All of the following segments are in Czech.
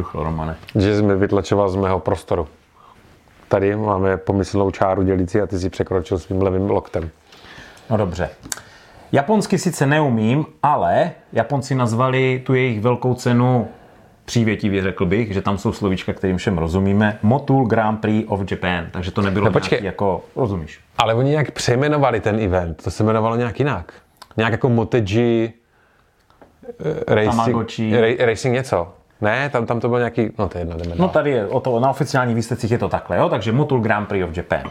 vybuchl, Romane. Že jsi mi vytlačoval z mého prostoru. Tady máme pomyslnou čáru dělící a ty si překročil svým levým loktem. No dobře. Japonsky sice neumím, ale Japonci nazvali tu jejich velkou cenu přívětivě, řekl bych, že tam jsou slovíčka, kterým všem rozumíme. Motul Grand Prix of Japan. Takže to nebylo nějaký jako, rozumíš. Ale oni nějak přejmenovali ten event. To se jmenovalo nějak jinak. Nějak jako Motegi Racing něco. Ne, tam to bylo nějaký, no to je jedno, jdeme No tady je, na oficiálních výsledcích je to takhle, jo, takže Motul Grand Prix of Japan.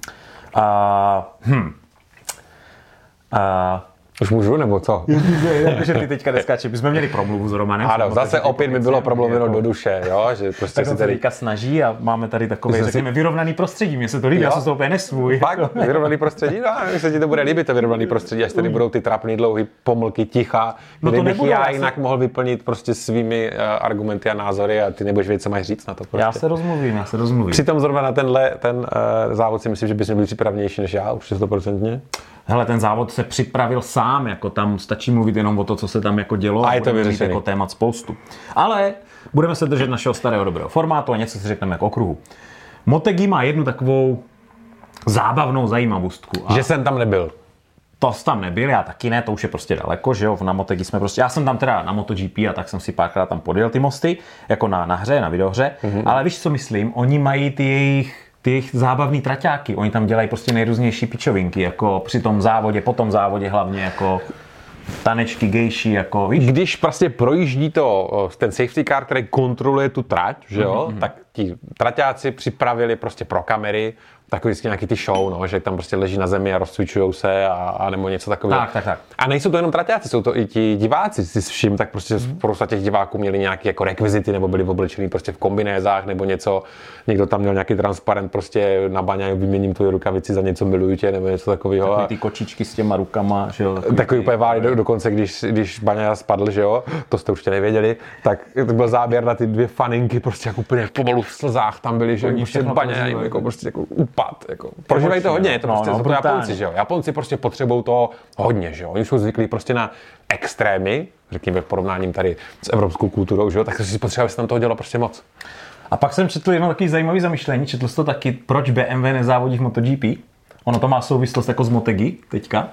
Už můžu, nebo co? Že ty teďka neskáče, bychom měli promluvu s Romanem. Ano, zase opět mi bylo promluveno do duše, jo, že prostě tak si tady... teďka snaží a máme tady takový, řekněme, vyrovnaný prostředí, mně se to líbí, já jsem to úplně nesvůj. Fakt, vyrovnaný prostředí? No, mně se ti to bude líbit, to vyrovnaný prostředí, až tady budou ty trapný dlouhý pomlky ticha, kde bych já jinak mohl vyplnit prostě svými argumenty a názory a ty nebudeš vědět, co máš říct na to. Prostě. Já se rozmluvím. Přitom zrovna na ten závod si myslím, že bys měl být připravenější než já, určitě 100%. Hele, ten závod se připravil sám, jako tam stačí mluvit jenom o to, co se tam jako dělo a je to vyřešený. Jako témat spoustu. Ale budeme se držet našeho starého dobrého formátu a něco si řekneme jako okruhu. Motegi má jednu takovou zábavnou zajímavostku. Že jsem tam nebyl. To jsi tam nebyl, já taky ne, to už je prostě daleko, že jo, na Motegi jsme prostě, já jsem tam teda na MotoGP a tak jsem si párkrát tam podjel ty mosty, jako na hře, na videohře, ale víš, co myslím, oni mají ty jejich zábavný traťáky, oni tam dělají prostě nejrůznější pičovinky, jako při tom závodě, po tom závodě hlavně, jako tanečky, gejší, jako víš. Když prostě projíždí ten safety car, který kontroluje tu trať, že jo, tak ti traťáci připravili prostě pro kamery takový vždycky nějaký ty show, no, že tam prostě leží na zemi a rozcvičujou se a nebo něco takového. Tak. A nejsou to jenom traťáci, jsou to i ti diváci, si všim, tak prostě spousta těch diváků měli nějaké jako rekvizity nebo byli oblečení prostě v kombinézách nebo něco. Někdo tam měl nějaký transparent prostě na baňa, vyměním tvoje rukavici za něco, miluju tě nebo něco takového. Takový ty kočičky s těma rukama, že jo. Takový úplně vály dokonce, když Baňa spadl, že jo, to jste určitě nevěděli, tak to byl záběr na ty dvě faninky, prostě jako úplně pomalu v slzách tam byli, že prostě Baňa jako prostě jako upad, jako. Prožívají to hodně, je to prostě to Japonci, že jo. Japonci prostě potřebují to hodně, že jo. Oni jsou zvyklí prostě na extrémy, řekněme v porovnáním tady s evropskou kulturou, že jo, tak si potřebuje, aby se tam toho dělo prostě moc. A pak jsem četl jedno takový zajímavý zamyšlení, četl jsi to taky, proč BMW nezávodí v MotoGP? Ono to má souvislost jako s Motegi teďka.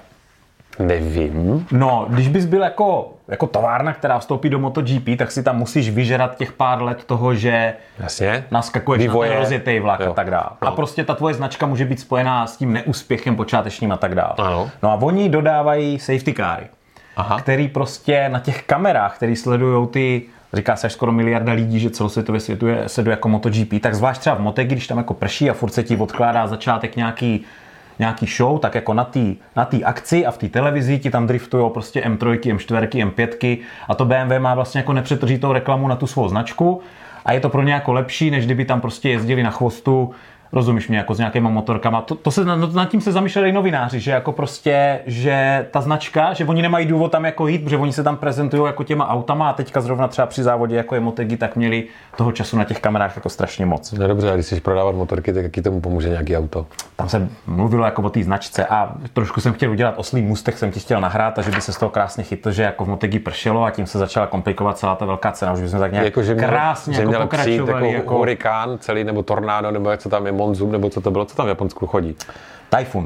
Nevím. No, když bys byl jako továrna, která vstoupí do MotoGP, tak si tam musíš vyžerat těch pár let toho, že jasně, naskakuješ na ten rozjetej vlak a tak dále. No. A prostě ta tvoje značka může být spojená s tím neúspěchem počátečním a tak dále. Ano. No a oni dodávají safety cary, který prostě na těch kamerách, který sledujou ty, říká se až skoro miliarda lidí, že celosvětově sleduje jako MotoGP, tak zvlášť třeba v Motegi, když tam jako prší a furt se ti odkládá začátek nějaký show, tak jako na té akci a v té televizi ti tam driftujou prostě M3, M4, M5 a to BMW má vlastně jako nepřetržitou reklamu na tu svou značku a je to pro ně jako lepší, než kdyby tam prostě jezdili na chvostu, rozumíš mě, jako s nějakýma motorkama. Nad tím se zamýšleli novináři, že jako prostě, že ta značka, že oni nemají důvod tam jako jít, protože oni se tam prezentují jako těma autama a teďka zrovna třeba při závodě jako je Motegi, tak měli toho času na těch kamerách jako strašně moc. No dobře, a když chceš prodávat motorky, tak jaký tomu pomůže nějaký auto? Tam se mluvilo jako o té značce a trošku jsem chtěl udělat oslý můstek, jsem ti chtěl nahrát a že by se z toho krásně chytl, že jako v Motegi pršelo a tím se začala komplikovat celá ta velká cena, už bychom tak nějak jako, krásně jako pokračovali jako hurikán celý nebo tornádo nebo jak to tam je monzum nebo co to bylo, co tam v Japonsku chodí? Tajfun.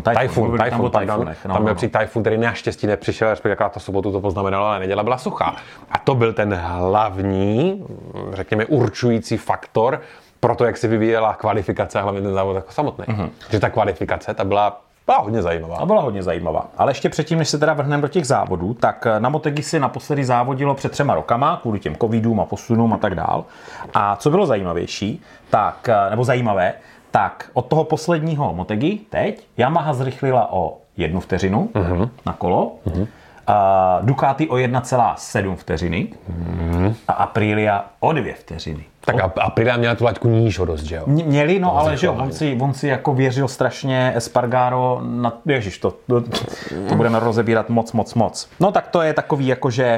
Tam byl při tajfun, který naštěstí nepřišel, respektive to sobotu to poznamenalo, ale neděle byla suchá. A to byl ten hlavní, řekněme, určující faktor pro to, jak se vyvíjela kvalifikace a hlavně ten závod jako samotný. Že ta kvalifikace, ta byla hodně zajímavá. A byla hodně zajímavá. Ale ještě předtím, než se teda vrhneme do těch závodů, tak na Motegi si naposledy závodilo před 3 rokama, kvůli těm covidům a posunům a tak dál. A co bylo zajímavější, zajímavé, tak od toho posledního Motegi teď Yamaha zrychlila o 1 vteřinu na kolo, Ducati o 1,7 vteřiny a Aprilia o 2 vteřiny. Tak Aprilia měla tu laťku níž o dost, že jo? Měli, no ale že jo, on si jako věřil strašně Espargaro na... Ježiš, to budeme rozebírat moc. No tak to je takový jakože...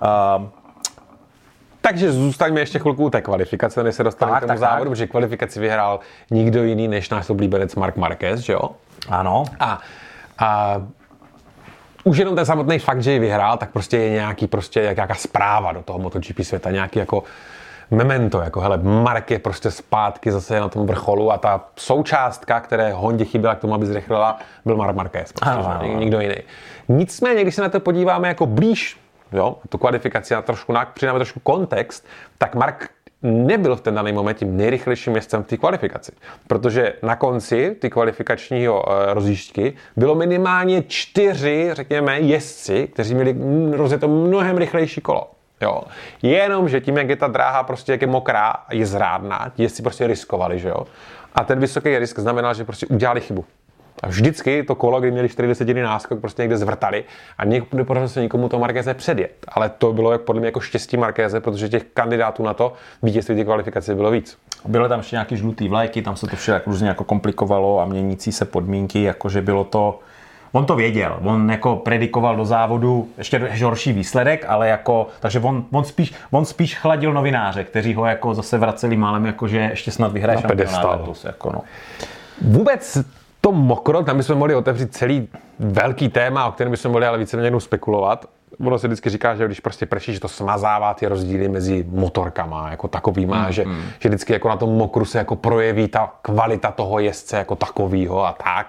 Takže zůstaňme ještě chvilku u té kvalifikace, než se dostaneme k tomu závodu, protože kvalifikaci vyhrál nikdo jiný než náš oblíbenec Marc Marquez, že jo? Ano. A už jenom ten samotný fakt, že ji vyhrál, tak prostě je nějaká zpráva do toho MotoGP světa, nějaký jako memento, jako hele, Mark je prostě zpátky zase na tom vrcholu a ta součástka, které Hondě chyběla k tomu, aby zrychlila, byl Marc Marquez, prostě, nikdo jiný. Nicméně, když se na to podíváme jako blíž, jo, tu kvalifikaci a přidáme trošku kontext, tak Mark nebyl v ten daný moment tím nejrychlejším jezdcem v té kvalifikaci. Protože na konci ty kvalifikačního rozjížďky bylo minimálně 4, řekněme, jezdci, kteří měli rozjeto mnohem rychlejší kolo. Jo. Jenom, že tím, jak je ta dráha prostě jak je mokrá, je zrádná, ti jezdci prostě riskovali, že jo. A ten vysoký risk znamenal, že prostě udělali chybu. A vždycky to kolo, kdy měli 40 náskok, prostě někde zvrtali a nepodařilo se nikomu to Marqueze předjet. Ale to bylo podle mě jako štěstí Marqueze, protože těch kandidátů na to vítězství té kvalifikace bylo víc. Byly tam ještě nějaký žlutý vlajky, tam se to vše různě jako komplikovalo a měnící se podmínky, jakože bylo to. On to věděl, on jako predikoval do závodu ještě horší výsledek, ale jako, takže on spíš chladil novináře, kteří ho jako zase vraceli málem, jakože ještě snad vyhraje šampionát letos. Jako no. Vůbec to mokro, tam bychom mohli otevřít celý velký téma, o kterém bychom mohli ale více někdo spekulovat. Ono se vždycky říká, že když prostě prší, že to smazává ty rozdíly mezi motorkama jako takovýma, že vždycky jako na tom mokru se jako projeví ta kvalita toho jezdce jako takovýho a tak.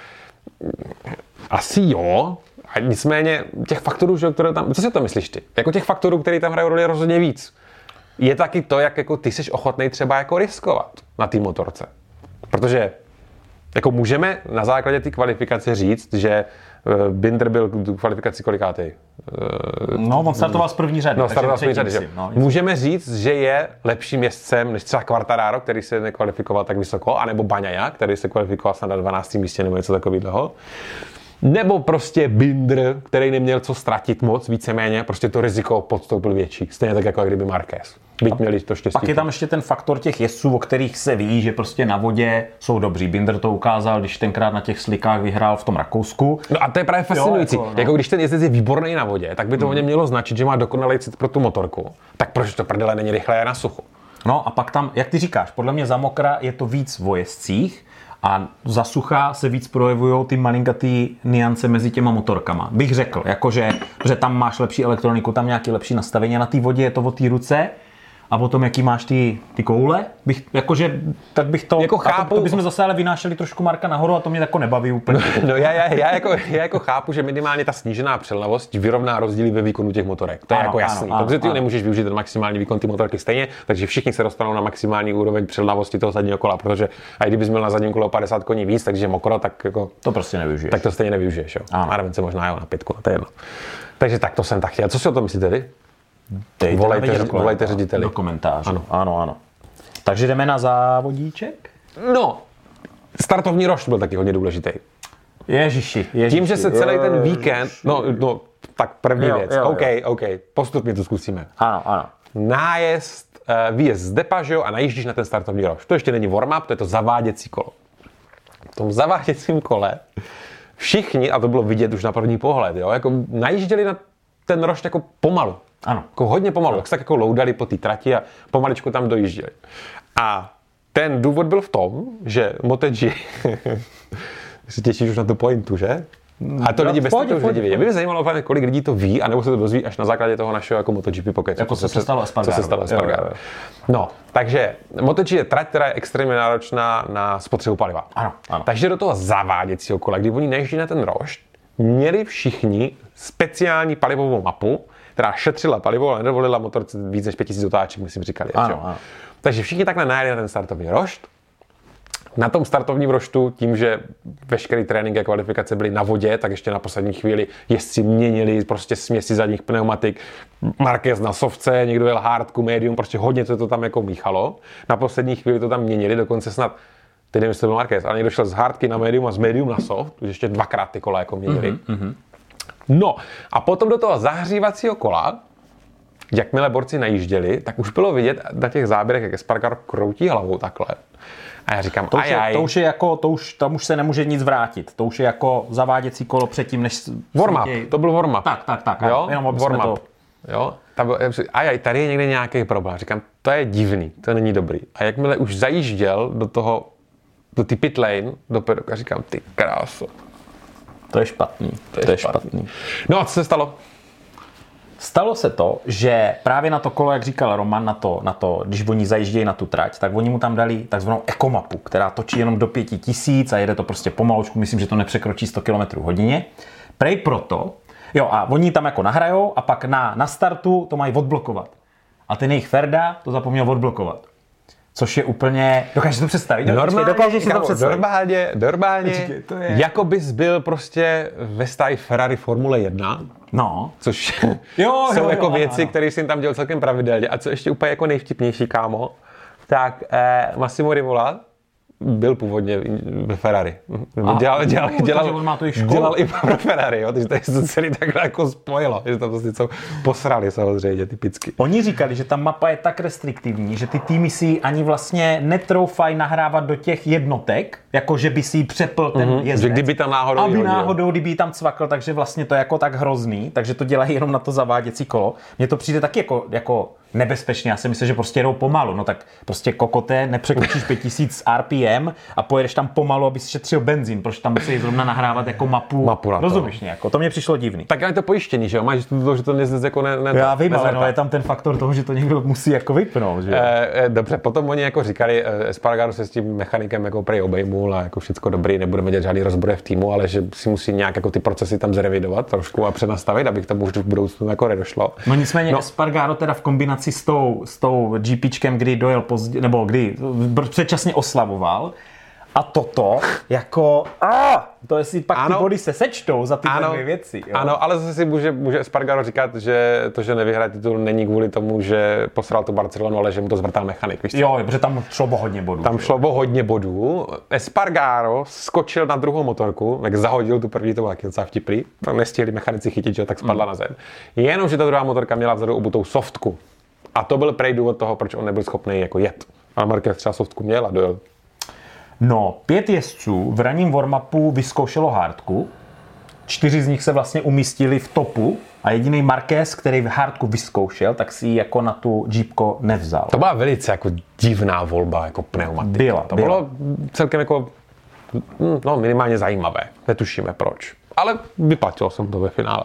Asi jo, a nicméně těch faktorů, že, které tam, co si to myslíš ty? Jako těch faktorů, které tam hrají roli rozhodně víc. Je taky to, jak jako ty jsi ochotnej třeba jako riskovat na té motorce. Protože jako můžeme na základě té kvalifikace říct, že Binder byl v kvalifikaci kolikátej? No, on startoval z první řady. No, startoval z první řady, no, můžeme říct, že je lepším jezdcem než třeba Quartararo, který se nekvalifikoval tak vysoko, anebo Bagnaia, který se kvalifikoval snad na 12. místě nebo něco takového. Nebo prostě Binder, který neměl co ztratit moc, víceméně, prostě to riziko podstoupil větší. Stejně tak jako kdyby Marquez. Byť měli to štěstí. Pak je tam ještě ten faktor těch jezdců, o kterých se ví, že prostě na vodě jsou dobří. Binder to ukázal, když tenkrát na těch slikách vyhrál v tom Rakousku. No a to je právě fascinující. Jo, jako když ten jezdec je výborný na vodě, tak by to o něm mělo značit, že má dokonalý cit pro tu motorku. Tak proč to prdele není rychlé na suchu? No a pak tam, jak ty říkáš, podle mě za mokra je to víc o jezdcích. A za sucha se víc projevují ty malinkatý niance mezi těma motorkama. Bych řekl, jakože, že tam máš lepší elektroniku, tam nějaký lepší nastavení. A na té vodě je to o té ruce. A potom, jaký máš ty koule, tak bych to, jako chápu, to bychom zase ale vynášeli trošku Marka nahoru a to mě jako nebaví úplně. No já jako chápu, že minimálně ta snížená přilnavost vyrovná rozdíly ve výkonu těch motorek. To je jako jasný, protože ty nemůžeš využít ten maximální výkon ty motorky stejně, takže všichni se dostanou na maximální úroveň přilnavosti toho zadního kola, protože a i kdybys měl na zadním kole 50 koní víc, takže mokro, tak jako to prostě nevyužiješ. Tak to stejně nevyužiješ, jo. A navíc se možná na 5, to je jedno. Takže tak to jsem tak chtěl. Co si o tom myslíte vy? Volejte řediteli. Do komentářů. Ano. Takže jdeme na závodíček? No, startovní rošt byl taky hodně důležitý. Ježiši. Tím, že se celý ten víkend, no tak první věc. OK, postupně to zkusíme. Ano. Nájezd, výjezd z depa, a najíždíš na ten startovní rošt. To ještě není warm-up, to je to zaváděcí kolo. V tom zaváděcím kole všichni, a to bylo vidět už na první pohled, jo, jako najížděli na ten rošt jako pomalu. Ano. Jako hodně pomalu, tak se tak jako loudali po té trati a pomaličku tam dojížděli. A ten důvod byl v tom, že MotoGP si těšíš už na tu pointu, že? A to lidi bez toho už lidi vědí. Mě by zajímalo, kolik lidí to ví, anebo se to dozví až na základě toho našeho jako MotoGP pokecu. Jako co se stalo Espargaru. No, takže MotoGP je trať, která je extrémně náročná na spotřebu paliva. Ano. Takže do toho zaváděcího kola, kdy oni nejezdí na ten rošt, měli všichni speciální palivovou mapu, která šetřila palivo, ale nedovolila motorce víc než 5000 otáček, myslím říkali. Ano. Takže všichni takhle najeli na ten startovní rošt. Na tom startovním roštu, tím, že veškerý trénink a kvalifikace byly na vodě, tak ještě na poslední chvíli jezdci měnili prostě směsi zadních pneumatik. Marquez na sovce, někdo jel hardku, medium, prostě hodně to tam jako míchalo. Na poslední chvíli to tam měnili, dokonce snad, teď nevím, jestli to byl Marquez, ale někdo šel z hardky na medium a z medium na soft, už ještě dvakrát ty kola jako měnili. No a potom do toho zahřívacího kola, jakmile borci najížděli, tak už bylo vidět na těch záběrech, jak Espargaro kroutí hlavou takhle. A já říkám, tam už se nemůže nic vrátit. To už je jako zaváděcí kolo předtím, než... Warm-up, to byl warm-up. Tak. Jo? Jenom warm-up. Jo? Tady je někde nějaký problém. Říkám, to je divný, to není dobrý. A jakmile už zajížděl do ty pit lane, do pedoka, říkám, ty kráso. To je špatný. To je špatný. No a co se stalo? Stalo se to, že právě na to kolo, jak říkal Roman, na to, když oni zajíždějí na tu trať, tak oni mu tam dali takzvanou ekomapu, která točí jenom do 5000 a jede to prostě pomalučku, myslím, že to nepřekročí 100 km hodině. Prej proto, jo, a oni tam jako nahrajou a pak na startu to mají odblokovat. A ten jejich Ferda to zapomněl odblokovat. Což je úplně... Dokážeš to představit? Normálně, jako bys byl prostě ve stáji Ferrari Formule 1. No. Což jsou jako věci, které jsem tam dělal celkem pravidelně. A co ještě úplně jako nejvtipnější, kámo, tak Massimo Rivola byl původně ve Ferrari. Dělal i pro Ferrari, jo, takže tady se to celý takhle jako spojilo, že tam prostě co posrali samozřejmě typicky. Oni říkali, že ta mapa je tak restriktivní, že ty týmy si ani vlastně netroufají nahrávat do těch jednotek, jako že by si ji přepl ten jezdec. Že kdyby tam náhodou, kdyby tam cvakl, takže vlastně to je jako tak hrozný, takže to dělají jenom na to zaváděcí kolo. Mně to přijde taky jako nebezpečně. Já si myslím, že prostě jedou pomalu. No tak prostě kokote, nepřekročíš 5000 RPM a pojedeš tam pomalu, abys šetřil benzín. Proč tam musí zrovna nahrávat jako mapu rozumíš nějako. To mě přišlo divný. Tak je to pojištění, že jo? Máš to, že to nezdec jako já vím, ale no, je tam ten faktor toho, že to někdo musí jako vypnout, že? Dobře, potom oni jako říkali, Espargaro se s tím mechanikem jako prej obejmul a jako všecko dobrý, nebudeme dělat žádný rozbory v týmu, ale že si musí nějak jako ty procesy tam zrevidovat trošku a přenastavit, abych tam už v budoucnu jako nedošlo. No nicméně Espargaro teda v kombinaci s tou GPčkem, kdy dojel pozdě, nebo kdy předčasně oslavoval. A toto, jako, to jestli pak ty body se sečtou za ty dvě věci. Jo? Ano, ale zase si může Espargaro říkat, že to, že nevyhraje titul, není kvůli tomu, že posral tu Barcelonu, ale že mu to zvrtá mechanik. Víš co? Jo, protože tam šlo o hodně bodů. Tam šlo o hodně bodů. Espargaro skočil na druhou motorku, jak zahodil tu první, to bylo taky docela vtipný. To nestihli mechanici chytit, že tak spadla na zem. Jenomže ta druhá motorka měla vzadu obutou softku. A to byl prej důvod toho, proč on nebyl schopný jako jet. Ale Marquez třeba softku měl a dojel. No, 5 jezdců v ranním warm-upu vyzkoušelo hardku. 4 z nich se vlastně umístili v topu a jediný Marquez, který v hardku vyzkoušel, tak si ji jako na tu Jeepko nevzal. To byla velice jako divná volba jako pneumatika. To bylo celkem jako minimálně zajímavé. Netušíme proč. Ale vyplatilo jsem to ve finále.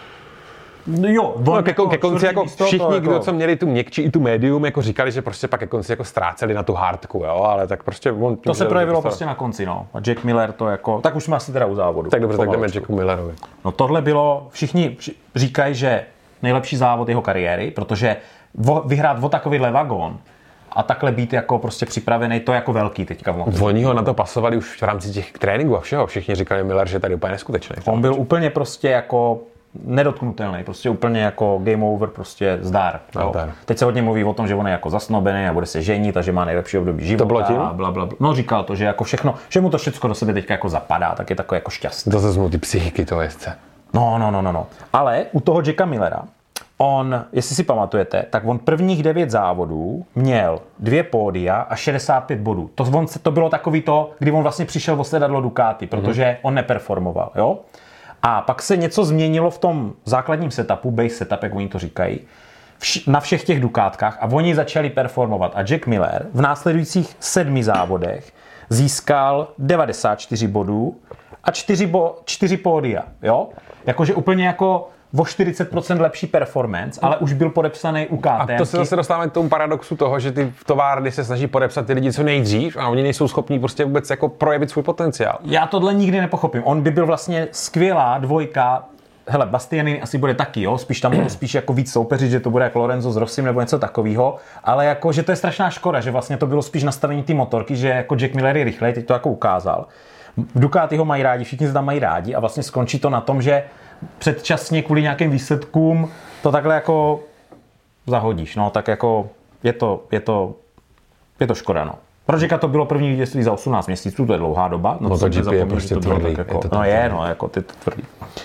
Jo, ke konci jako všichni, kdo co měli tu měkčí i tu medium, jako říkali, že prostě pak ke konci jako ztráceli na tu hardku, jo, ale tak prostě to se projevilo prostě na konci, no. A Jack Miller to jako, tak už jsme asi teda u závodu. Tak dobře, tak jdeme Jacku Millerovi. No tohle bylo, všichni říkají, že nejlepší závod jeho kariéry, protože vyhrát o takovýhle vagón a takhle být jako prostě připravený, to jako velký teďka. Oni ho na to pasovali už v rámci těch tréninků a všeho. Všichni říkali Miller, že tady úplně neskutečný. On byl úplně prostě jako nedotknutelný, prostě úplně jako game over, prostě zdar. Teď se hodně mluví o tom, že on je jako zasnobený a bude se ženit a že má nejlepší období života. To bylo tím? A blablabla. No říkal to, že jako všechno, že mu to všechno do sebe teďka jako zapadá, tak je takový jako šťastný. To zase mu ty psychiky toho jezdce. No. Ale u toho Jacka Millera, on, jestli si pamatujete, tak on prvních 9 závodů měl 2 pódia a 65 bodů. To bylo takový to, kdy on vlastně přišel o sedadlo Ducati, protože on neperformoval, jo? A pak se něco změnilo v tom základním setupu, base setup, jak oni to říkají, na všech těch Dukátkách a oni začali performovat. A Jack Miller v následujících 7 závodech získal 94 bodů a 4 pódia, jo? Jakože úplně jako o 40% lepší performance, ale už byl podepsaný u KTM. A to se zase dostáváme k tomu paradoxu toho, že ty továrny se snaží podepsat ty lidi co nejdřív a oni nejsou schopní prostě vůbec jako projevit svůj potenciál. Já tohle nikdy nepochopím. On by byl vlastně skvělá dvojka. Hele, Bastianini asi bude taky, jo? Spíš tam budu spíš jako víc soupeřit, že to bude jako Lorenzo s Rossim nebo něco takového, ale jako, že to je strašná škoda, že vlastně to bylo spíš nastavení ty motorky, že jako Jack Miller je rychlej, teď to jako ukázal. Ducati ho mají rádi, všichni se tam mají rádi a vlastně skončí to na tom, že předčasně kvůli nějakým výsledkům to takhle jako zahodíš, no, tak jako je to škoda, no. Pro Jacka to bylo první vítězství za 18 měsíců, to je dlouhá doba. No to GP je prostě tvrdý. Jako ty to tvrdý.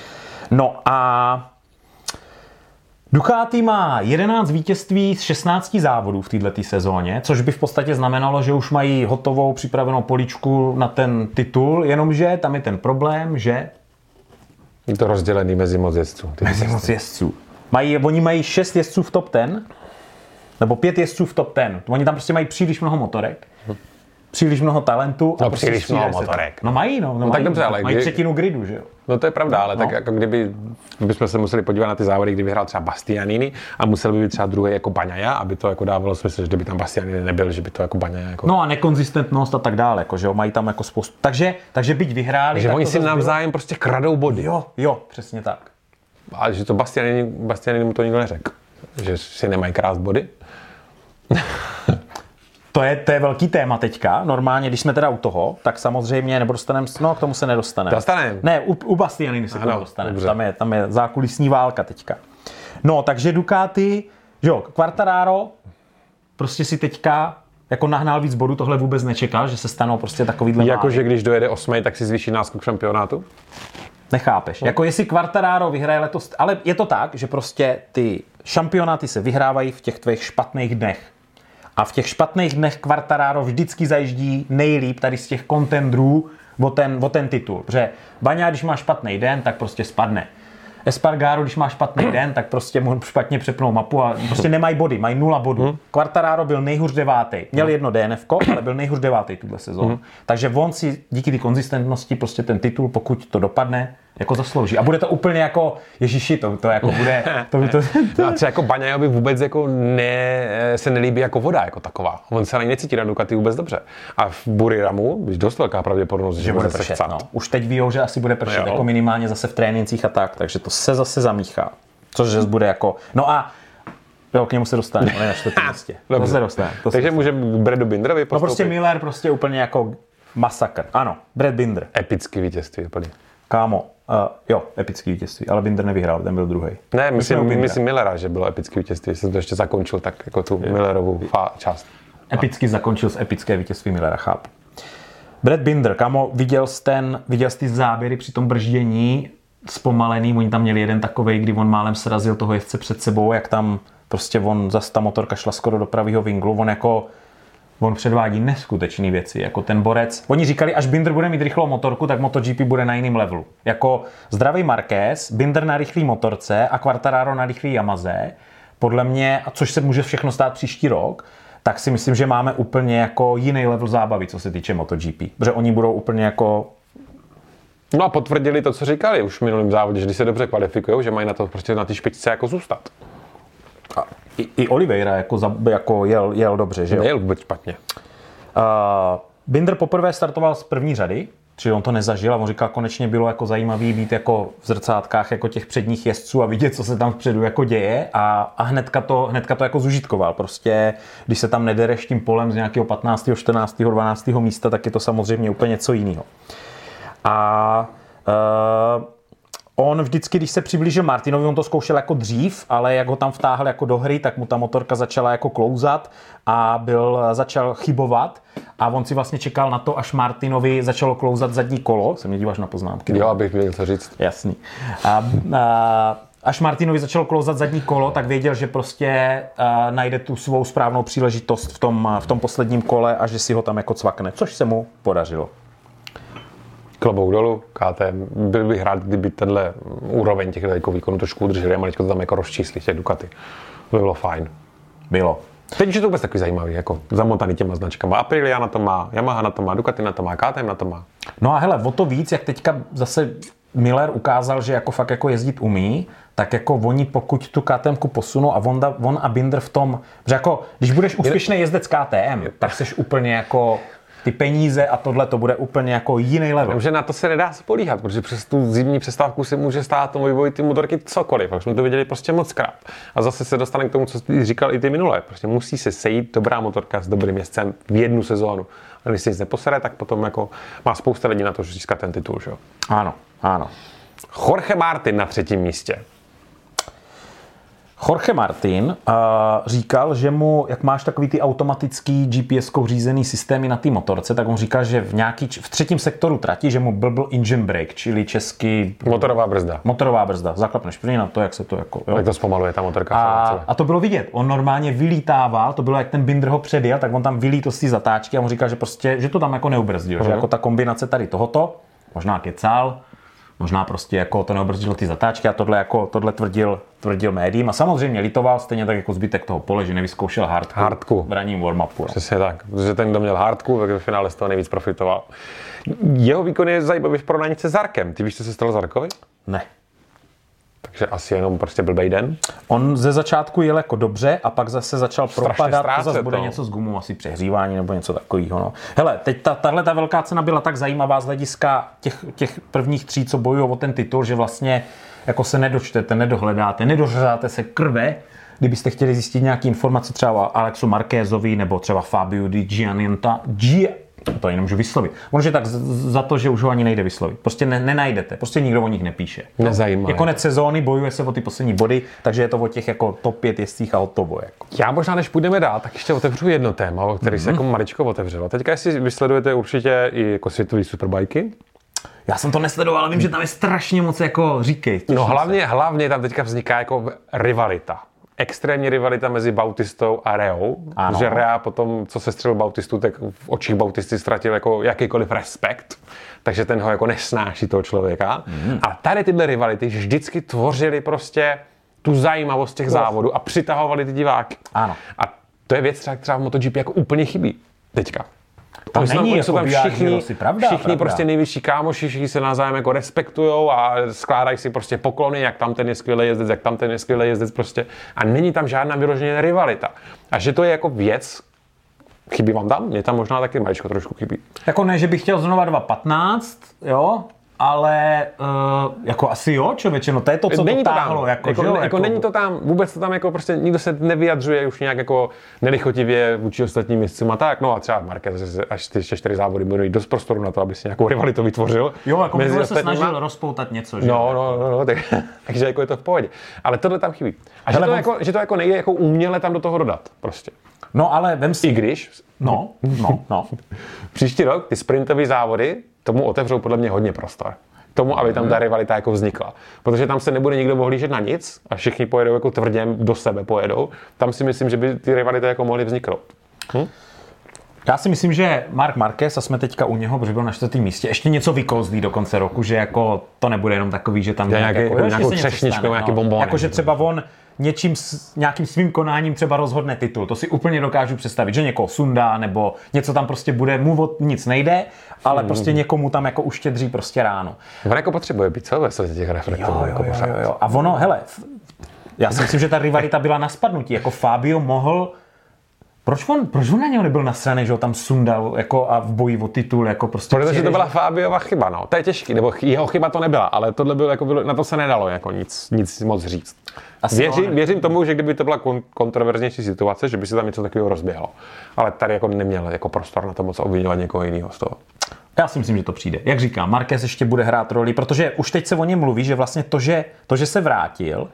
No a Ducati má 11 vítězství z 16 závodů v této sezóně, což by v podstatě znamenalo, že už mají hotovou připravenou poličku na ten titul, jenomže tam je ten problém, že je to rozdělený mezi moc jezdců. Oni mají 6 jezdců v top 10, nebo 5 jezdců v top 10. Oni tam prostě mají příliš mnoho motorek. příliš mnoho talentu. No prostě příliš mnoho motorek. No mají, tak dobře, ale mají třetinu gridu, že jo? No to je pravda, ale tak jako kdybychom se museli podívat na ty závody, kdyby hrál třeba Bastianini a musel by být třeba druhý jako Bagnaia, aby to jako dávalo smysl, že kdyby tam Bastianini nebyl, že by to jako Bagnaia jako... No a nekonzistentnost a tak dále, jako, že jo, mají tam jako spoustu. Takže byť vyhráli... Takže oni si navzájem prostě kradou body. Jo, přesně tak. Ale že to Bastianini mu to nikdo neřekl, že si nemají krást body. To je velký téma teďka. Normálně, když jsme teda u toho, tak samozřejmě, nebo dostaneme, no k tomu se nedostaneme. Ne, u Bastianiny se k tomu dostaneme. Tam je zákulisní válka teďka. No, takže Ducati, jo, Quartararo prostě si teďka jako nahnal víc bodů, tohle vůbec nečekal, že se stanou prostě takovýhle Jakože když dojede 8, tak si zvýší náskok šampionátu? Nechápeš. Jako jestli Quartararo vyhraje letos, ale je to tak, že prostě ty šampionáty se vyhrávají v těch tvých špatných dnech. A v těch špatných dnech Quartararo vždycky zajíždí nejlíp tady z těch contendrů o ten titul. Protože Bagnaia, když má špatný den, tak prostě spadne. Espargaro, když má špatný den, tak prostě mu špatně přepnou mapu a prostě nemají body, mají 0 bodů. Quartararo byl nejhůř 9. Měl jedno DNFko, ale byl nejhůř 9. tuhle sezónu. Takže on si díky té konzistentnosti prostě ten titul, pokud to dopadne, jako zaslouží. A bude to úplně jako, ježiši, to jako bude... No a třeba jako Bagnaiovi vůbec jako se nelíbí jako voda jako taková. On se ani necítí na Ducati vůbec dobře. A v Buriramu je dost velká pravděpodobnost, že bude pršet. No. Už teď ví, že asi bude pršet, jako minimálně zase v trénincích a tak, takže to se zase zamíchá. Což bude jako... No a jo, k němu se dostaneme, ale na 4. místě. To se dostane. Takže může Bradu Binderovi postoupit? No prostě Miller prostě úplně jako masakr. Ano, Brad Binder. Epický vítězství úplně. Kámo, jo, epický vítězství, ale Binder nevyhrál, ten byl druhý. Ne, myslím Millera, že bylo epický vítězství, jsem to ještě zakončil tak jako tu Millerovu část. Epicky zakončil z epické vítězství Millera, chápu. Brad Binder, kámo, viděl jsi ty záběry při tom brždění zpomalený, oni tam měli jeden takovej, kdy on málem srazil toho jezdce před sebou, jak tam prostě ta motorka šla skoro do pravýho vinglu, on předvádí neskutečné věci, jako ten borec. Oni říkali, až Binder bude mít rychlou motorku, tak MotoGP bude na jiném levelu. Jako zdravý Marquez, Binder na rychlý motorce a Quartararo na rychlý Yamaze, podle mě, a což se může všechno stát příští rok, tak si myslím, že máme úplně jako jiný level zábavy, co se týče MotoGP. Protože oni budou úplně jako... No a potvrdili to, co říkali už v minulém závodě, že když se dobře kvalifikují, že mají na to prostě na té špičce jako zůstat. A i Oliveira jako jel dobře, že jo? Nejel vůbec špatně. Binder poprvé startoval z první řady, čili on to nezažil a on říkal, konečně bylo jako zajímavý být jako v zrcátkách jako těch předních jezdců a vidět, co se tam vpředu jako děje a hnedka to jako zužitkoval. Prostě, když se tam nedereš tím polem z nějakého 15., 14., 12. místa, tak je to samozřejmě úplně něco jiného. A on vždycky, když se přiblížil Martinovi, on to zkoušel jako dřív, ale jak ho tam vtáhl jako do hry, tak mu ta motorka začala jako klouzat a začal chybovat a on si vlastně čekal na to, až Martinovi začalo klouzat zadní kolo. Se mě díváš na poznámky? Jo, abych věděl, co říct. Jasný. Až Martinovi začalo klouzat zadní kolo, tak věděl, že prostě najde tu svou správnou příležitost v tom posledním kole a že si ho tam jako cvakne, což se mu podařilo. Klobouk dolů, KTM. Byl bych rád, kdyby tenhle úroveň těch výkonů trošku udrželi a maličko to tam jako rozčísli těch Ducati. To bylo fajn. Bylo. Teď už je to vůbec takový zajímavý, jako zamotaný těma značkama. Aprilia na to má, Yamaha na to má, Ducati na to má, KTM na to má. No a hele, o to víc, jak teďka zase Miller ukázal, že jako fakt jako jezdit umí, tak jako oni pokud tu KTMku posunou a on a Binder v tom, že jako když budeš úspěšný jezdec KTM, tak seš úplně jako ty peníze a tohle to bude úplně jako jiný level. Že na to se nedá spolíhat, protože přes tu zimní přestávku se může stát tomu vývoji ty motorky cokoliv. Už jsme to viděli prostě moc krát. A zase se dostane k tomu, co jsi říkal i ty minule. Prostě musí se sejít dobrá motorka s dobrým jezdcem v jednu sezónu. A když se nic neposere, tak potom jako má spousta lidí na to, že získá ten titul, že jo? Ano. Jorge Martin na 3. místě. Jorge Martin říkal, že mu, jak máš takový ty automatický GPS-kou řízený systémy na té motorce, tak on říkal, že v 3. sektoru trati, že mu blbl engine brake, čili český... Motorová brzda. Zaklapneš první na to, jak se to jako... Jo. Jak to zpomaluje ta motorka. A to bylo vidět. On normálně vylítával, to bylo jak ten Binder ho předjel, tak on tam vylítl z té zatáčky a on říkal, že prostě, že to tam jako neubrzdil, že jako ta kombinace tady tohoto, možná kecal, Možná prostě jako to neobrzdilo ty zatáčky a tohle tvrdil médiím. A samozřejmě litoval stejně tak jako zbytek toho pole, že nevyzkoušel hardku v ranním warm-upu. Přesně tak, protože ten, kdo měl hardku, tak ve finále z toho nejvíc profitoval. Jeho výkon je zajímavý v porovnání se Zarkem. Ty víš, co se stalo Zarkovi? Ne. Takže asi jenom prostě blbej den. On ze začátku jel jako dobře a pak zase začal propadat. To zase bude něco s gumou, asi přehřívání nebo něco takového. No. Hele, teď tahle velká cena byla tak zajímavá z hlediska těch prvních 3, co bojují o ten titul, že vlastně jako se nedočtete, nedohledáte, nedořezáte se krve, kdybyste chtěli zjistit nějaké informace třeba o Alexu Marquezovi nebo třeba Fabio Di Giannantonio. To ani nemůžu vyslovit. Možná tak za to, že už ho ani nejde vyslovit. Prostě nenajdete, prostě nikdo o nich nepíše. Nezajímá. Je konec sezóny, bojuje se o ty poslední body, takže je to o těch jako top 5 jezdcích a o to boje. Já možná, než půjdeme dál, tak ještě otevřu jedno téma, o který se jako maličko otevřelo. Teďka jestli vysledujete určitě i jako světový superbajky. Já jsem to nesledoval, ale vím, že tam je strašně moc jako říkej. No hlavně tam teďka vzniká jako rivalita. Extrémní rivalita mezi Bautistou a Reou, protože Rea potom, co se střelil Bautistu, tak v očích Bautisty ztratil jako jakýkoliv respekt, takže ten ho jako nesnáší toho člověka. A tady tyhle rivality vždycky tvořily prostě tu zajímavost těch závodů a přitahovali ty diváky. Ano. A to je věc, která v MotoGP jako úplně chybí teďka. Tam není, jsou tam všichni prostě nejvyšší kámoši, všichni se navzájem jako respektujou a skládají si prostě poklony, jak tam ten je skvělý jezdec, jak tam ten je skvělý jezdec prostě. A není tam žádná vyloženě rivalita. A že to je jako věc, chybí vám tam? Mě tam možná taky maličko trošku chybí. Jako ne, že bych chtěl znova 2.15, jo? Ale jako asi jo, člověče, no to je to, co není to táhlo. Jako není to tam, vůbec to tam jako prostě nikdo se nevyjadřuje už nějak jako nelichotivě vůči ostatním jezdcům a tak. No a třeba Marquez, až ty 4 závody budou mít dost prostoru na to, aby si nějakou rivalitu vytvořil. Jo, jako by se snažil rozpoutat něco, že? No, takže jako je to v pohodě. Ale tohle tam chybí. A že to jako nejde jako uměle tam do toho dodat prostě. No ale vem si... I když... No. Příští rok ty sprintové závody tomu otevřou podle mě hodně prostor. Tomu, aby tam ta rivalita jako vznikla. Protože tam se nebude nikdo ohlížet na nic a všichni pojedou jako tvrdě do sebe pojedou. Tam si myslím, že by ty rivality jako mohly vzniknout. Já si myslím, že Marc Marquez, a jsme teďka u něho, protože byl na 4. místě, ještě něco vykouzlí do konce roku, že jako to nebude jenom takový, že tam nějakou třešničku, nějaký bonbon. Jakože třeba on nějakým svým konáním třeba rozhodne titul. To si úplně dokážu představit, že někoho sundá, nebo něco tam prostě bude, mu nic nejde, ale prostě někomu tam jako uštědří prostě ráno. On jako potřebuje být, co ve světě těch reflektorů. Jo. A ono, hele, já si myslím, že ta rivalita byla na spadnutí, jako Fabio mohl. Proč on na něho nebyl nasraný, že ho tam sundal jako a v boji o titul, jako prostě... Protože to byla Fabiova chyba, no. To je těžký, nebo jeho chyba to nebyla, ale tohle bylo jako, na to se nedalo jako nic moc říct. Věřím tomu, že kdyby to byla kontroverznější situace, že by se tam něco takového rozběhlo. Ale tady jako neměl jako prostor na to moc obviňovat někoho jiného z toho. Já si myslím, že to přijde. Jak říkám, Marquez ještě bude hrát roli, protože už teď se o něm mluví, že vlastně to, že se vrátil,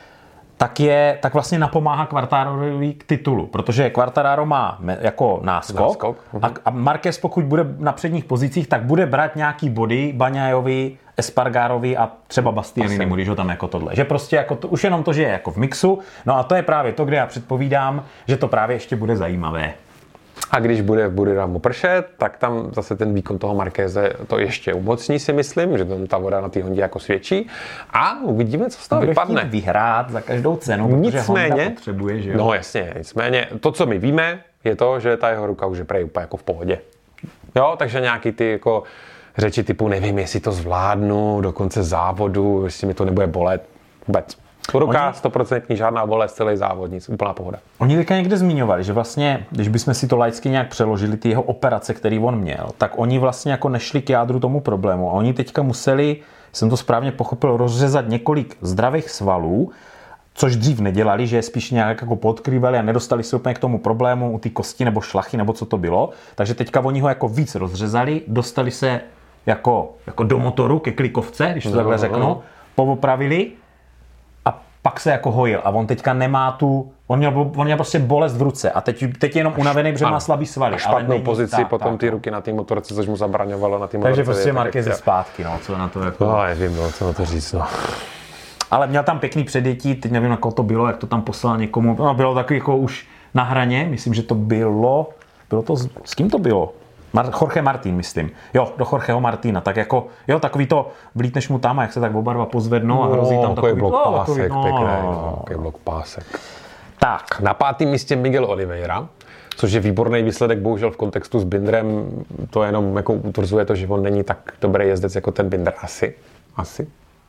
tak vlastně napomáhá Quartararovi k titulu, protože Quartararo má jako náskok. A Marquez, pokud bude na předních pozicích, tak bude brát nějaký body Bagnaiovi, Espargarovi a třeba Bastianinimu, když ho tam jako tohle. Že prostě jako už jenom to, že je jako v mixu, no a to je právě to, kde já předpovídám, že to právě ještě bude zajímavé. A když bude v Buridamu pršet, tak tam zase ten výkon toho Marqueze to ještě umocní, si myslím, že tam ta voda na té Hondě jako svědčí. A uvidíme, co z toho vypadne. Bude chtít vyhrát za každou cenu, protože Honda potřebuje, že jo? No jasně, nicméně to, co my víme, je to, že ta jeho ruka už je prej úplně jako v pohodě. Jo, takže nějaký ty jako řeči typu nevím, jestli to zvládnu do konce závodu, jestli mi to nebude bolet, vůbec. Ruka 100% žádná bolest, celý závod, nic, úplná pohoda. Oni teďka někde zmiňovali, že vlastně, když bychom si to laicky nějak přeložili, ty jeho operace, který on měl, tak oni vlastně jako nešli k jádru tomu problému. A oni teďka museli, jsem to správně pochopil, rozřezat několik zdravých svalů, což dřív nedělali, že je spíš nějak jako podkrývali a nedostali se úplně k tomu problému u ty kosti nebo šlachy, nebo co to bylo. Takže teďka oni ho jako víc rozřezali, dostali se jako do motoru, ke klikovce, když to takhle řeknu, poopravili. Pak se jako hojil a on teďka nemá on měl prostě bolest v ruce a teď je jenom unavený, protože má slabý svaly. A špatnou pozici potom ty ruky na té motorce, což mu zabraňovalo na té motorce. Takže prostě Marquez je zpátky, no, co na to jako... No, nevím, co na to říct, no. Ale měl tam pěkný předjetí, teď nevím, jak to bylo, jak to tam poslal někomu. No, bylo takový jako už na hraně, myslím, že to bylo to, s kým to bylo? Jorge Martin, myslím. Jo, do Jorgeho Martina. Tak jako, jo, takový to, vlítneš mu tam a jak se tak oba dva pozvednou a hrozí tam takový blok pásek, takový blok pásek. Tak. Na 5. místě Miguel Oliveira, což je výborný výsledek, bohužel v kontextu s Binderem, to jenom jako utvrzuje to, že on není tak dobrý jezdec jako ten Binder asi.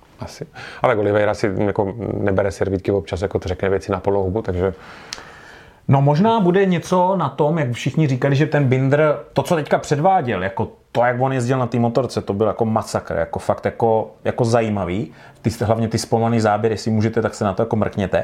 Ale Oliveira si jako nebere servítky občas, jako to řekne věci na plnou hubu, takže... No možná bude něco na tom, jak všichni říkali, že ten Binder, to, co teďka předváděl, jako to, jak on jezdil na té motorce, to byl jako masakr, jako fakt jako zajímavý. Hlavně ty zpomalný záběry, jestli můžete, tak se na to jako mrkněte.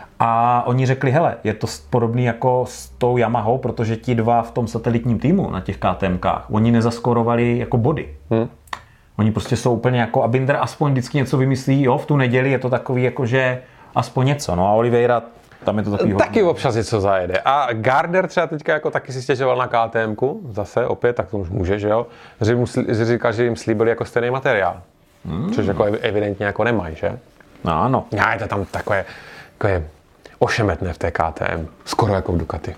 A oni řekli, hele, je to podobný jako s tou Yamahou, protože ti dva v tom satelitním týmu na těch KTMkách, oni nezaskorovali jako body. Oni prostě jsou úplně jako, a Binder aspoň vždycky něco vymyslí, jo, v tu neděli je to takový jako, že aspoň něco, no a Oliveira, tam je to takový hodně. Taky občas něco zajede. A Gardner třeba teďka jako taky si stěžoval na KTMku, zase opět, tak to už může, že jo, že říkal, že jim slíbili jako stejný materiál, což jako evidentně jako nemají, že? No ano. Já, je to tam takové ošemetné v té KTM, skoro jako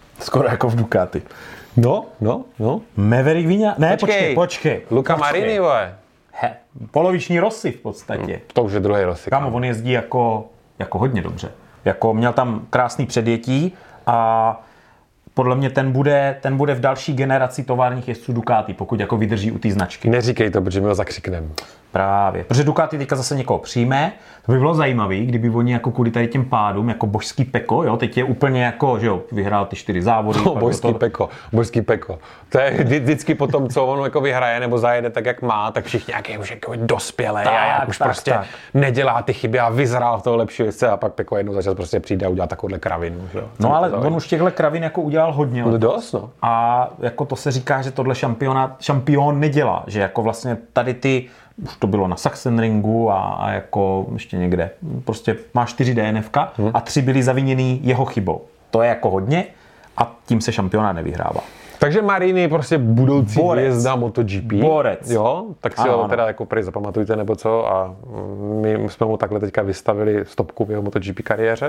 v Ducati. No. Maverick Viñales? Ne, počkej. Luca Marini, vole. Poloviční Rossi v podstatě. To už je druhý Rossi. Kámo, on jezdí jako hodně dobře. Jako měl tam krásný předjetí a podle mě ten bude v další generaci továrních jezdců Ducati, pokud jako vydrží u té značky. Neříkej to, protože my ho zakřikneme. Právě, protože Ducati teďka zase někoho přijme. To by bylo zajímavé, kdyby oni jako kvůli tady těm pádům, jako božský Peko, jo, teď je úplně jako, že jo, vyhrál ty 4 závody. Božský Peko. To je vždycky po tom, co on jako vyhraje nebo zajede tak, jak má, tak všichni jak už jako dospělej a jak už prostě nedělá ty chyby a vyzrál v toho lepšího jezdce a pak Peko jednou za čas prostě přijde a udělá takovouhle kravinu. Že? No ale on už těchhle kravin jako udělal hodně. No dost, no. A jako to se říká, že tohle šampion nedělá, že jako vlastně tady ty už to bylo na Sachsenringu a jako ještě někde. Prostě má 4 DNFka a 3 byly zaviněný jeho chybou. To je jako hodně a tím se šampionát nevyhrává. Takže Marini prostě budoucí hvězda MotoGP. Borec. Jo, tak si ho teda jako prý zapamatujte nebo co a my jsme mu takhle teďka vystavili stopku v jeho MotoGP kariéře.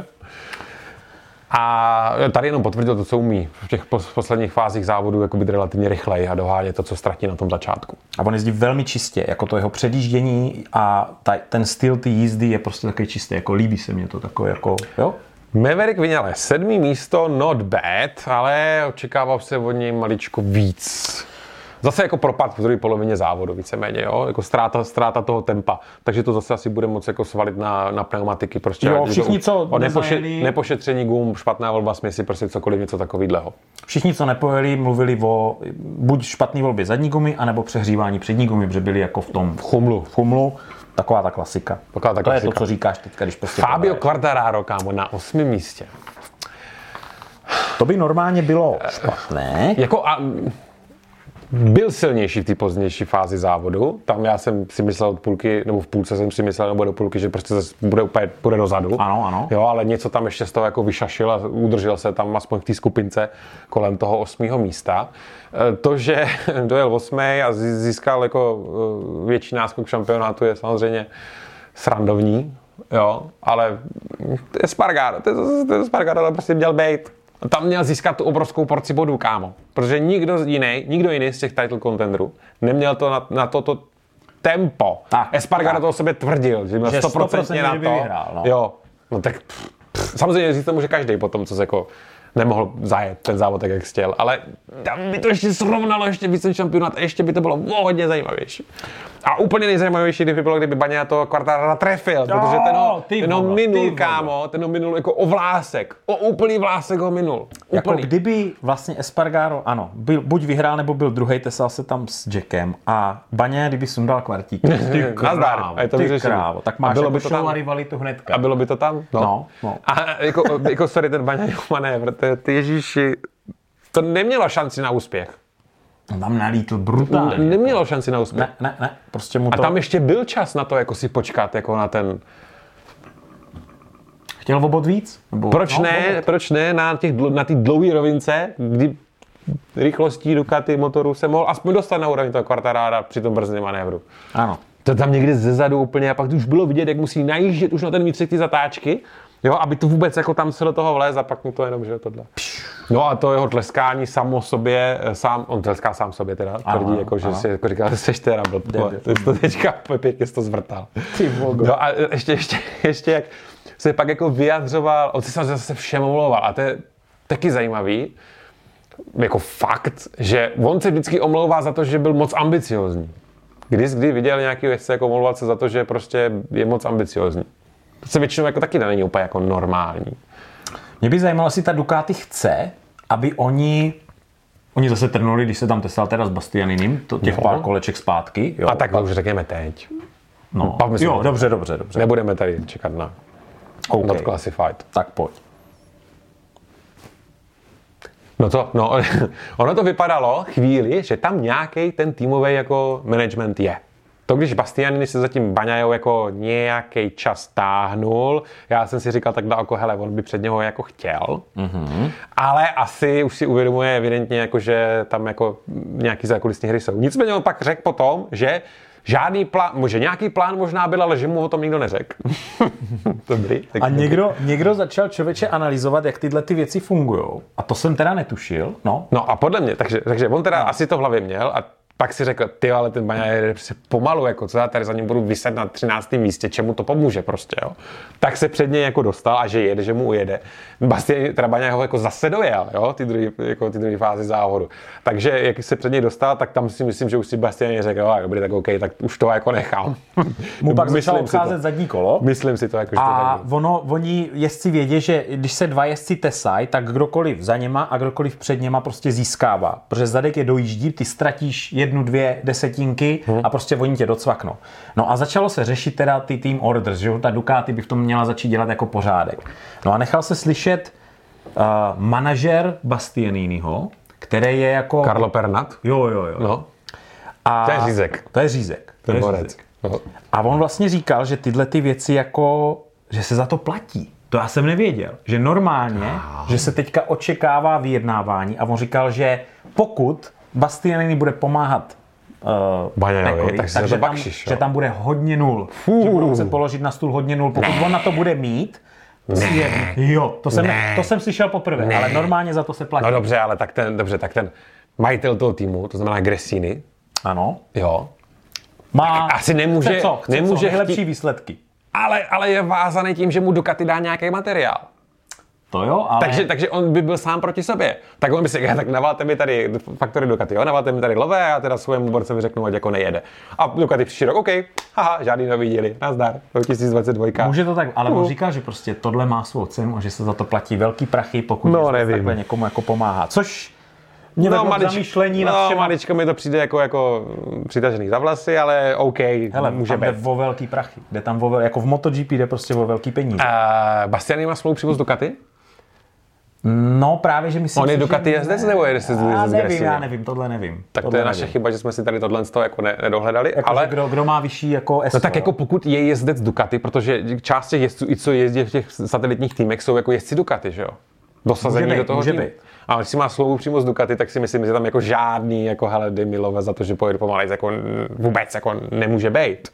A tady jenom potvrdil to, co umí v těch posledních fázích závodu jako být relativně rychlej a dohánět to, co ztratí na tom začátku. A on jezdí velmi čistě, jako to jeho předjíždění a ten styl té jízdy je prostě takový čistý, jako líbí se mně to takové jako, jo? Maverick Viñales, 7. místo, not bad, ale očekával se od něj maličko víc. Zase jako propad v druhé polovině závodu, víceméně, jo? Jako ztráta toho tempa. Takže to zase asi bude moc jako svalit na pneumatiky. Prostě jo, všichni, co nepošetření gum, špatná volba směsi, prostě cokoliv, něco takového. Všichni, co nepojeli, mluvili o buď špatný volbě zadní gumy, anebo přehřívání přední gumy, protože byli jako v chumlu. Taková ta klasika. To je to, co říkáš teďka, když prostě Fabio Quartararo, kámo, na 8. místě. To by normálně bylo špatné. Byl silnější v té pozdější fázi závodu. Tam já jsem si myslel od půlky, nebo v půlce jsem si myslel, nebo do půlky, že prostě bude dozadu. Ano. Jo, ale něco tam ještě z toho jako vyšašil a udržel se tam aspoň v té skupince kolem toho 8. místa. To, že dojel 8. a získal jako větší náskok šampionátu, je samozřejmě srandovní, jo, ale to je Spargaro, ale prostě měl bejt. Tam měl získat tu obrovskou porci bodů, kámo. Protože nikdo jiný z těch title contenderů neměl to na toto tempo. Espargaro to o sobě tvrdil, že měl 100% na to. Vyhrál, no. Jo, no tak samozřejmě říct to může každý po tom, co se jako nemohl zajet ten závod tak, jak chtěl. Ale tam by to ještě srovnalo ještě víc ten šampionát a ještě by to bylo hodně zajímavější. A úplně nejzajímavější by bylo, kdyby Bagnaia toho Quartarara trefil, protože ten ho minul jako o vlásek. O úplný vlásek ho minul. Jako kdyby vlastně Espargaro, ano, buď vyhrál, nebo byl druhej, tesal se tam s Jackem a Bagnaia, kdyby sundal kvartík. Ty krávo, tak máš jako show a rivalitu hnedka. A bylo by to tam? No. A jako sorry, ten Bagnaia manévr, ty ježíši, to nemělo šanci na úspěch. Tam nalítl brutálně. Nemělo šanci na úspěch. Ne, prostě mu to... A tam ještě byl čas na to, jako si počkat, jako na ten... Chtěl obod víc? Proč ne na té dlouhé rovince, kdy rychlostí Ducati motoru se mohl aspoň dostat na úroveň toho Quartarara při tom brzdném manévru. Ano. To tam někdy zezadu úplně a pak už bylo vidět, jak musí najíždět už na ten vnitřek ty zatáčky Jo, aby to vůbec jako tam se do toho vlézt a pak mu to jenom, že tohle. No a to jeho tleskání samo sobě, on tleská sám sobě teda, tvrdí, jako, že si jako říkal, že seš teda blbko, to teďka pěkně to zvrtal. No a ještě jak se pak jako vyjadřoval, on se zase všem omlouval a to je taky zajímavý, jako fakt, že on se vždycky omlouvá za to, že byl moc ambiciozní. Kdy viděl nějaký věc jako omlouvat se za to, že prostě je moc ambiciozní. To se většinou jako taky není úplně jako normální. Mě by zajímalo, jestli ta Ducati chce, aby oni zase trnuli, když se tam tesal teda s Bastianinem, těch pár koleček zpátky. Jo. A tak už řekněme teď. No. Jo, dobře. Nebudeme tady čekat na not classified. Tak pojď. Ono to vypadalo chvíli, že tam nějaký ten týmový jako management je. To, když Bastianini se zatím Bagnaia jako nějaký čas táhnul, já jsem si říkal tak na oko, hele, on by před něho jako chtěl, ale asi už si uvědomuje evidentně, jako, že tam jako nějaký zákulisní hry jsou. Nicméně on pak řekl potom, že žádný plán, že nějaký plán možná byl, ale že mu o tom nikdo neřekl. Dobrý. A někdo začal člověče analyzovat, jak tyhle ty věci fungujou. A to jsem teda netušil. No a podle mě, takže on teda asi to v hlavě měl a pak si řekl, ty, ale ten Bagnaia jede pomalu, jako co já tady za ním budu viset na 13. místě, čemu to pomůže prostě, jo. Tak se před něj jako dostal a že jede, že mu ujede. Bagnaia ho jako zase dojel, jo, ty druhé fázi závodu. Takže jak se před něj dostal, tak tam si myslím, že už si Bastianini řekl, jo, dobrý, tak OK, tak už to jako nechám. Mu pak začal obcházet zadní kolo. Myslím si to, jako, že a oni jezdci vědí, že když se dva jezdci tesají, tak kdokoliv za něma a kdokoliv před něma prostě získává. Protože zadek je dojíždí, ty ztratíš 1, 2 desetinky a prostě oni tě docvaknou. No a začalo se řešit teda ty team orders, že ta Ducati by v tom měla začít dělat jako pořádek. No a nechal se slyšet manažer Bastianiniho, který je jako... Carlo Pernat? Jo. No. A to je řízek. To je řízek. No. A on vlastně říkal, že tyhle ty věci jako, že se za to platí. To já jsem nevěděl. Že normálně, že se teďka očekává vyjednávání a on říkal, že pokud Bastianini bude pomáhat Bagnaiovi, takže že tam bude hodně nul. Že budou muset položit na stůl hodně nul. Pokud on na to bude mít, to jsem slyšel poprvé, ale normálně za to se platí. No dobře, ale tak ten majitel toho týmu, to znamená Gresini. Ano. Jo. Má asi nemůže nejlepší výsledky. Ale je vázaný tím, že mu Ducati dá nějaký materiál. To jo, ale... Takže on by byl sám proti sobě. Tak on by si řekl, tak navalte mi tady faktory Ducati, jo? Navalte mi tady lové a já teda svému borcovi řeknu, ať jako nejede. A Ducati příští rok, OK, haha, žádný nový díly, nazdar, 2022. Může to tak, ale on říká, že prostě tohle má svou cenu a že se za to platí velký prachy, pokud takhle někomu jako pomáhá. Což mě vedlo k zamýšlení nad všema. Maličko mi to přijde jako přitažený za vlasy, ale OK, hele, může být. Jde o velký prachy, jde tam jako v MotoGP jde prostě o velký peníze. Bastianini má smlouvu přímo s Ducati? No právě, že myslím, on je Ducati jezdec nebo jede se s Gresini? Já nevím, tohle nevím. Tak to je naše chyba, že jsme si tady tohle jako nedohledali. Jako, ale kdo má vyšší jako no tak jako pokud je jezdec Ducati, protože část těch jezdců, i co jezdí v těch satelitních týmech, jsou jako jezdci Ducati, že jo? Dosazení do toho týmu. A když si má smlouvu přímo z Ducati, tak si myslím, že tam jako žádný jako hele Demilove za to, že pojede pomalej, jako vůbec jako nemůže být.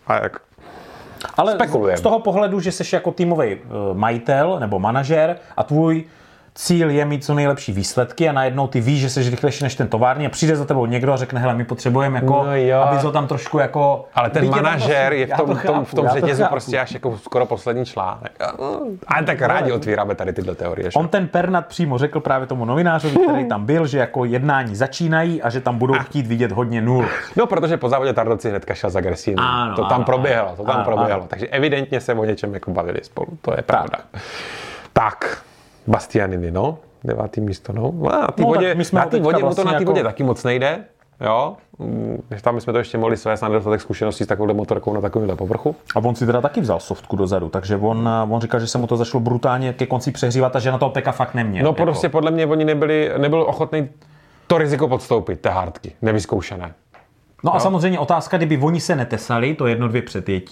Ale z toho pohledu, že jsi jako týmový majitel nebo manažer a tvůj cíl je mít co nejlepší výsledky a najednou ty víš, že jsi rychlejší než ten tovární a přijde za tebou někdo a řekne, hele, my potřebujeme jako, aby to tam trošku jako... Ale ten manažer je v tom řetězu prostě až jako skoro poslední článek. Ale tak rádi otvíráme tady tyhle teorie. Že? On ten Pernat přímo řekl právě tomu novinářovi, který tam byl, že jako jednání začínají a že tam budou chtít vidět hodně nul. No, protože po závodě Tardozzi hnedka šel za Gresini. To tam proběhlo. Takže evidentně se o něčem jako bavili spolu. To je pravda. Tak. Bastianini, no, 9. místo, no. Na té vodě mu to na té vodě taky moc nejde, jo. Tam jsme to ještě mohli svést na nedostatek zkušeností s takovou motorkou na takovýmhle povrchu. A on si teda taky vzal softku dozadu, takže on říkal, že se mu to začalo brutálně ke konci přehřívat a že na toho peka fakt neměl. No prostě podle mě oni nebyl ochotný to riziko podstoupit, té hardky, nevyzkoušené. No a samozřejmě otázka, kdyby oni se netesali, to 1-2 předjetí,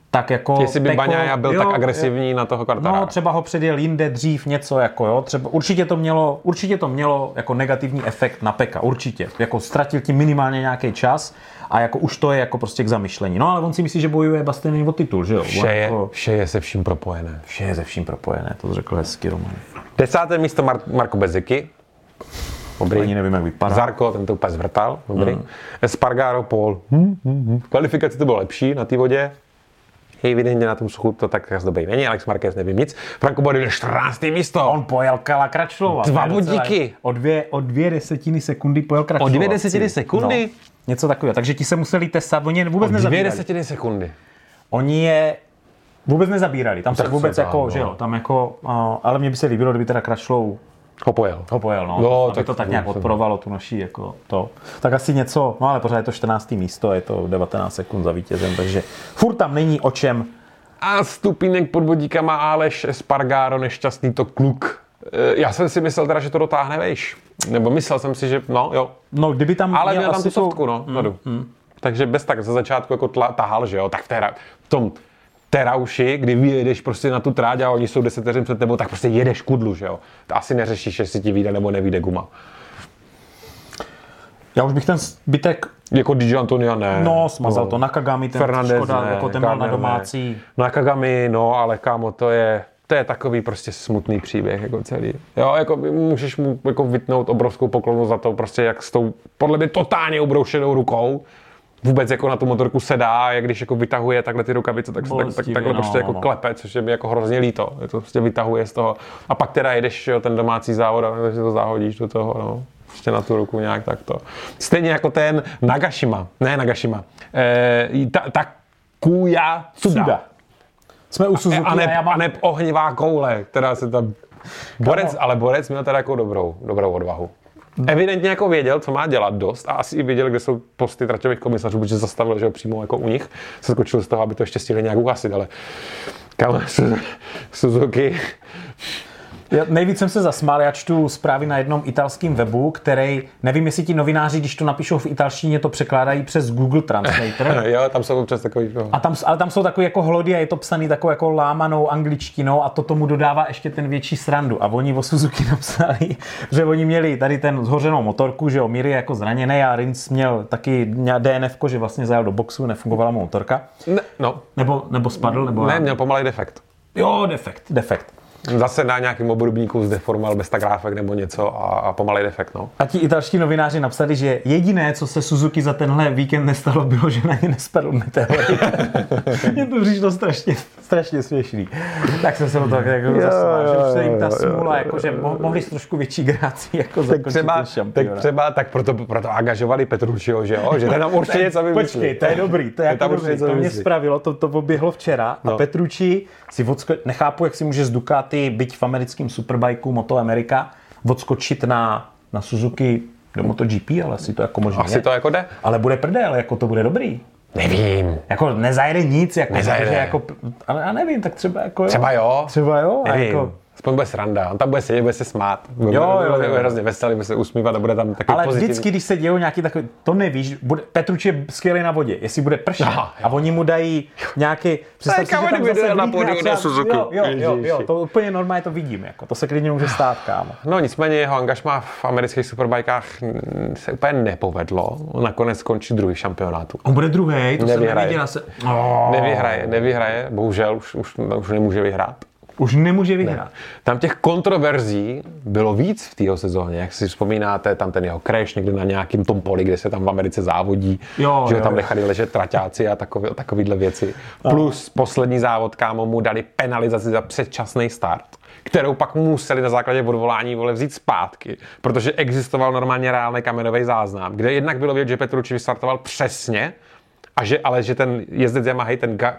tak jako... Jestli by Bagnaia byl tak agresivní na toho Quartarara. No, třeba ho předjel jinde dřív něco, jako jo, třeba určitě to mělo jako negativní efekt na Peka, určitě. Jako ztratil tím minimálně nějaký čas a jako už to je jako prostě k zamyšlení. No, ale on si myslí, že bojuje Bastianini o titul, že jo? Vše je se vším propojené. Vše je se vším propojené, to řekl hezky Roman. 10. místo Marco Bezzecchi. Dobrý. Ani nevím, jak vypadá. Zarco, ten to úplně zvrtal. Dobrý. Espargaro, Paul. V kvalifikaci to bylo lepší na té vodě. Evidentně na tom suchu to tak dobrý není. Alex Marquez nevím nic. Franco Morbidelli 14. místo. On pojel Kala Crutchlova. 2 bodíky. O 2 sekundy pojel Crutchlova. O 2 sekundy? No, něco takového. Takže ti se museli testat, oni vůbec nezabírali. 2 sekundy. Oni je vůbec nezabírali. Tam se vůbec tam, jako, no. že jo, tam jako, ale mně by se líbilo, kdyby teda Crutchlow Ho pojel, no. Aby to tak nějak odporovalo tu naší, jako to. Tak asi něco, no ale pořád je to 14. místo, je to 19 sekund za vítězem, takže furt tam není o čem. A stupínek pod vodíkama Aleš Espargaro, nešťastný to kluk. Já jsem si myslel teda, že to dotáhne vejš. Nebo myslel jsem si, že no jo. No kdyby tam... Ale měl tam tu softku, no, vzadu. Takže bez tak za začátku jako tahal, že jo, tak v tom terauši, kdy vyjedeš prostě na tu tráť a oni jsou 10 vteřin před tebou, tak prostě jedeš kudlu, že jo. To asi neřešíš, jestli ti vyjde nebo nevyjde guma. Já už bych ten zbytek... Jako Di Antonio ne. No, smazal to. Nakagami, ten Fernandez škoda, ne, jako ten byl na domácí. Nakagami, no, ale kámo, to je takový prostě smutný příběh, jako celý. Jo, jako můžeš mu jako vytnout obrovskou poklonu za to, prostě jak s tou, podle mě totálně ubroušenou rukou, vůbec jako na tu motorku se dá, jak když jako vytahuje takhle ty rukavice, tak se takhle prostě jako klepe, což je mi jako hrozně líto. Je to prostě vytahuje z toho. A pak teda jedeš, jo, ten domácí závod a si to zahodíš do toho, no. Prostě na tu ruku nějak takto. Stejně jako ten Nagashima. Takuya Tsuda. Jsme u Suzuki a neb ohnivá koule, která se tam... Borec měl teda jako dobrou odvahu. Evidentně jako věděl, co má dělat dost a asi i věděl, kde jsou posty traťových komisařů, protože zastavil, že ho přímo jako u nich. Se skočil z toho, aby to ještě stihli nějak uhasit, ale Suzuki... Nejvíc jsem se zasmál, já čtu zprávy na jednom italském webu, který, nevím, jestli ti novináři, když to napíšou v italštině, to překládají přes Google Translator. Jo, tam jsou občas takový... No. Ale tam jsou takový jako hlody a je to psaný takovou jako lámanou angličtinou a to tomu dodává ještě ten větší srandu. A oni o Suzuki napsali, že oni měli tady ten zhořenou motorku, že Mir je jako zraněný a Rins měl taky DNF-ko, že vlastně zajel do boxu, nefungovala mu motorka. Nebo spadl, nebo... Ne, měl pomalej defekt. Jo, defekt. Zase na nějakým obrubníku zdeformoval bez tagráfek nebo něco a pomalej defekt, no. A ti italští novináři napsali, že jediné, co se Suzuki za tenhle víkend nestalo, bylo, že na ně nespadl meteorit. Mně to přišlo strašně směšný. Tak jsem se do toho jako zasmál, že už se jim ta smůla, jakože mohli s trošku větší grácí jako zakončit ten šampionát. Tak proto angažovali Petrucciho, že jo? Že ten nám určitě něco vymyslí. Počkej, to je dobrý, to je jako dobrý. To mě spravilo, to oběhlo včera a Petrucci si nechápu, jak si může z Ducati, byť v americkém superbajku Moto America, odskočit na Suzuki do MotoGP, ale asi to jako možná asi to jako jde. Ale bude prdel, jako to bude dobrý. Nevím. Jako nezajede nic, jako, nezajede. Jako, ale já nevím, tak třeba jako jo. Třeba jo. Nevím. Jako, aspoň bude sranda, on tam bude sedět, bude se smát. Bude hrozně veselý, bude se usmívat a bude tam takový ale pozitivní. vždycky, když se dějou nějaký takový, to nevíš, Petrucci je skvělý na vodě, jestli bude pršet a oni mu dají nějaký, představ si, že tam zase na podiu na Suzuki. Jo, to úplně normálně to vidím, jako, to se klidně může stát, kámo. No nicméně jeho angažmá v amerických superbajkách se úplně nepovedlo, nakonec skončí druhý v šampionátu. On bude druhý, to jsem nevěděl. Nevyhraje, bohužel už nemůže vyhrát. Už nemůže vyhrát. Ne. Tam těch kontroverzí bylo víc v této sezóně. Jak si vzpomínáte, tam ten jeho crash někde na nějakým tom poli, kde se tam v Americe závodí, že tam nechali ležet traťáci a takovýhle věci. Plus poslední závod, kámo, mu dali penalizaci za předčasný start, kterou pak museli na základě odvolání vzít zpátky, protože existoval normálně reálný kamerový záznam, kde jednak bylo vidět, že Petrucci vystartoval přesně, ale že ten jezdec Yamaha,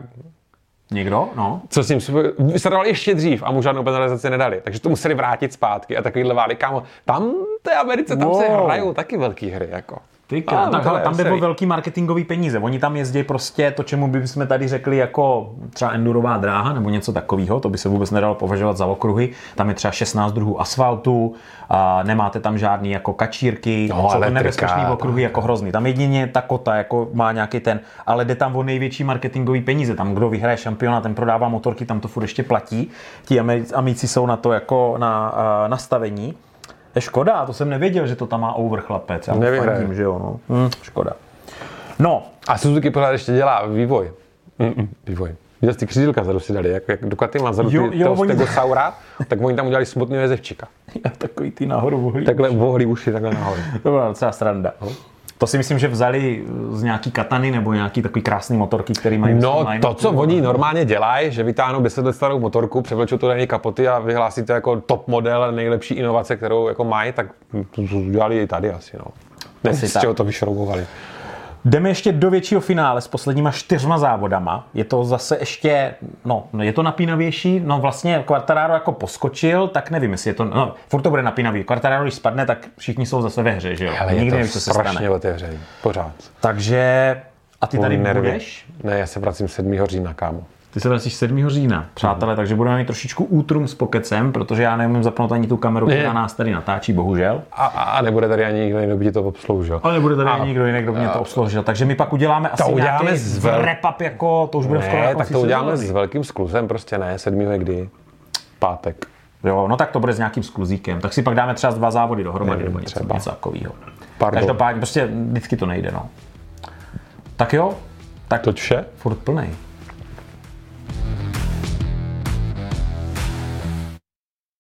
někdo? No. Co s ním vystartoval ještě dřív a mu žádnou penalizaci nedali. Takže to museli vrátit zpátky a takovýhle vály. Kámo, tam v té Americe tam se hrajou taky velký hry. Jako. Tak hele, tam jde o velký marketingový peníze. Oni tam jezdí prostě to, čemu bychom tady řekli jako třeba endurová dráha nebo něco takového, to by se vůbec nedalo považovat za okruhy. Tam je třeba 16 druhů asfaltu, a nemáte tam žádný jako kačírky, jsou to nebezpečný okruhy jako hrozný. Tam jedině ta kota jako má nějaký ten, ale jde tam o největší marketingový peníze. Tam kdo vyhraje šampiona, ten prodává motorky, tam to furt ještě platí. Ti Amici jsou na to jako na nastavení. Je škoda, to jsem nevěděl, že to tam má over chlapec. Já fandím, že jo, no. Škoda. No. A Suzuki pořád ještě dělá vývoj. Vývoj. Viděl jsi ty křídílka zadu si dali, jak Ducati má zadu toho Stegosaura, tak oni tam udělali smutného jezevčíka. Takový ty nahoru vohlí. Takhle vohlí uši, takhle nahoru. To byla docela sranda. To si myslím, že vzali z nějaký katany nebo nějaký takový krásný motorky, který mají... No to, co oni normálně dělají, že vytáhnou 10 let starou motorku, převlečou to do její kapoty a vyhlásí to jako top model, nejlepší inovace, kterou jako mají, tak to udělali i tady asi, no. Nevím, z čeho to vyšroubovali. Jdeme ještě do většího finále s posledníma 4 závodama. Je to zase ještě, je to napínavější. No vlastně Quartararo jako poskočil, tak nevím, jestli je to, furt to bude napínavý. Quartararo, když spadne, tak všichni jsou zase ve hře, že jo? Hele, nikdy neví, co se stane. Strašně otevřený, pořád. Takže, a ty tady budeš? Ne, já se vracím 7. října, kámo. Ty se vracíš 7. října, přátelé, takže budeme mít trošičku útrum s pokecem, protože já neumím zapnout ani tu kameru, která nás tady natáčí, bohužel. A nebude tady ani nikdo jiný, kdo by ti to obsloužil. A nebude tady ani nikdo jiný, kdo by mě to obsloužil. Takže my pak uděláme asi nějaký wrap-up, jako to už bude skoro jako tak to uděláme s velkým skluzem, prostě ne, 7. kdy? Pátek. Jo, no tak to bude s nějakým skluzíkem. Tak si pak dáme třeba 2 závody dohromady nebo něco takového. Každopádně prostě vždycky to nejde, no. Tak jo. Tak to vše? Furt plnej.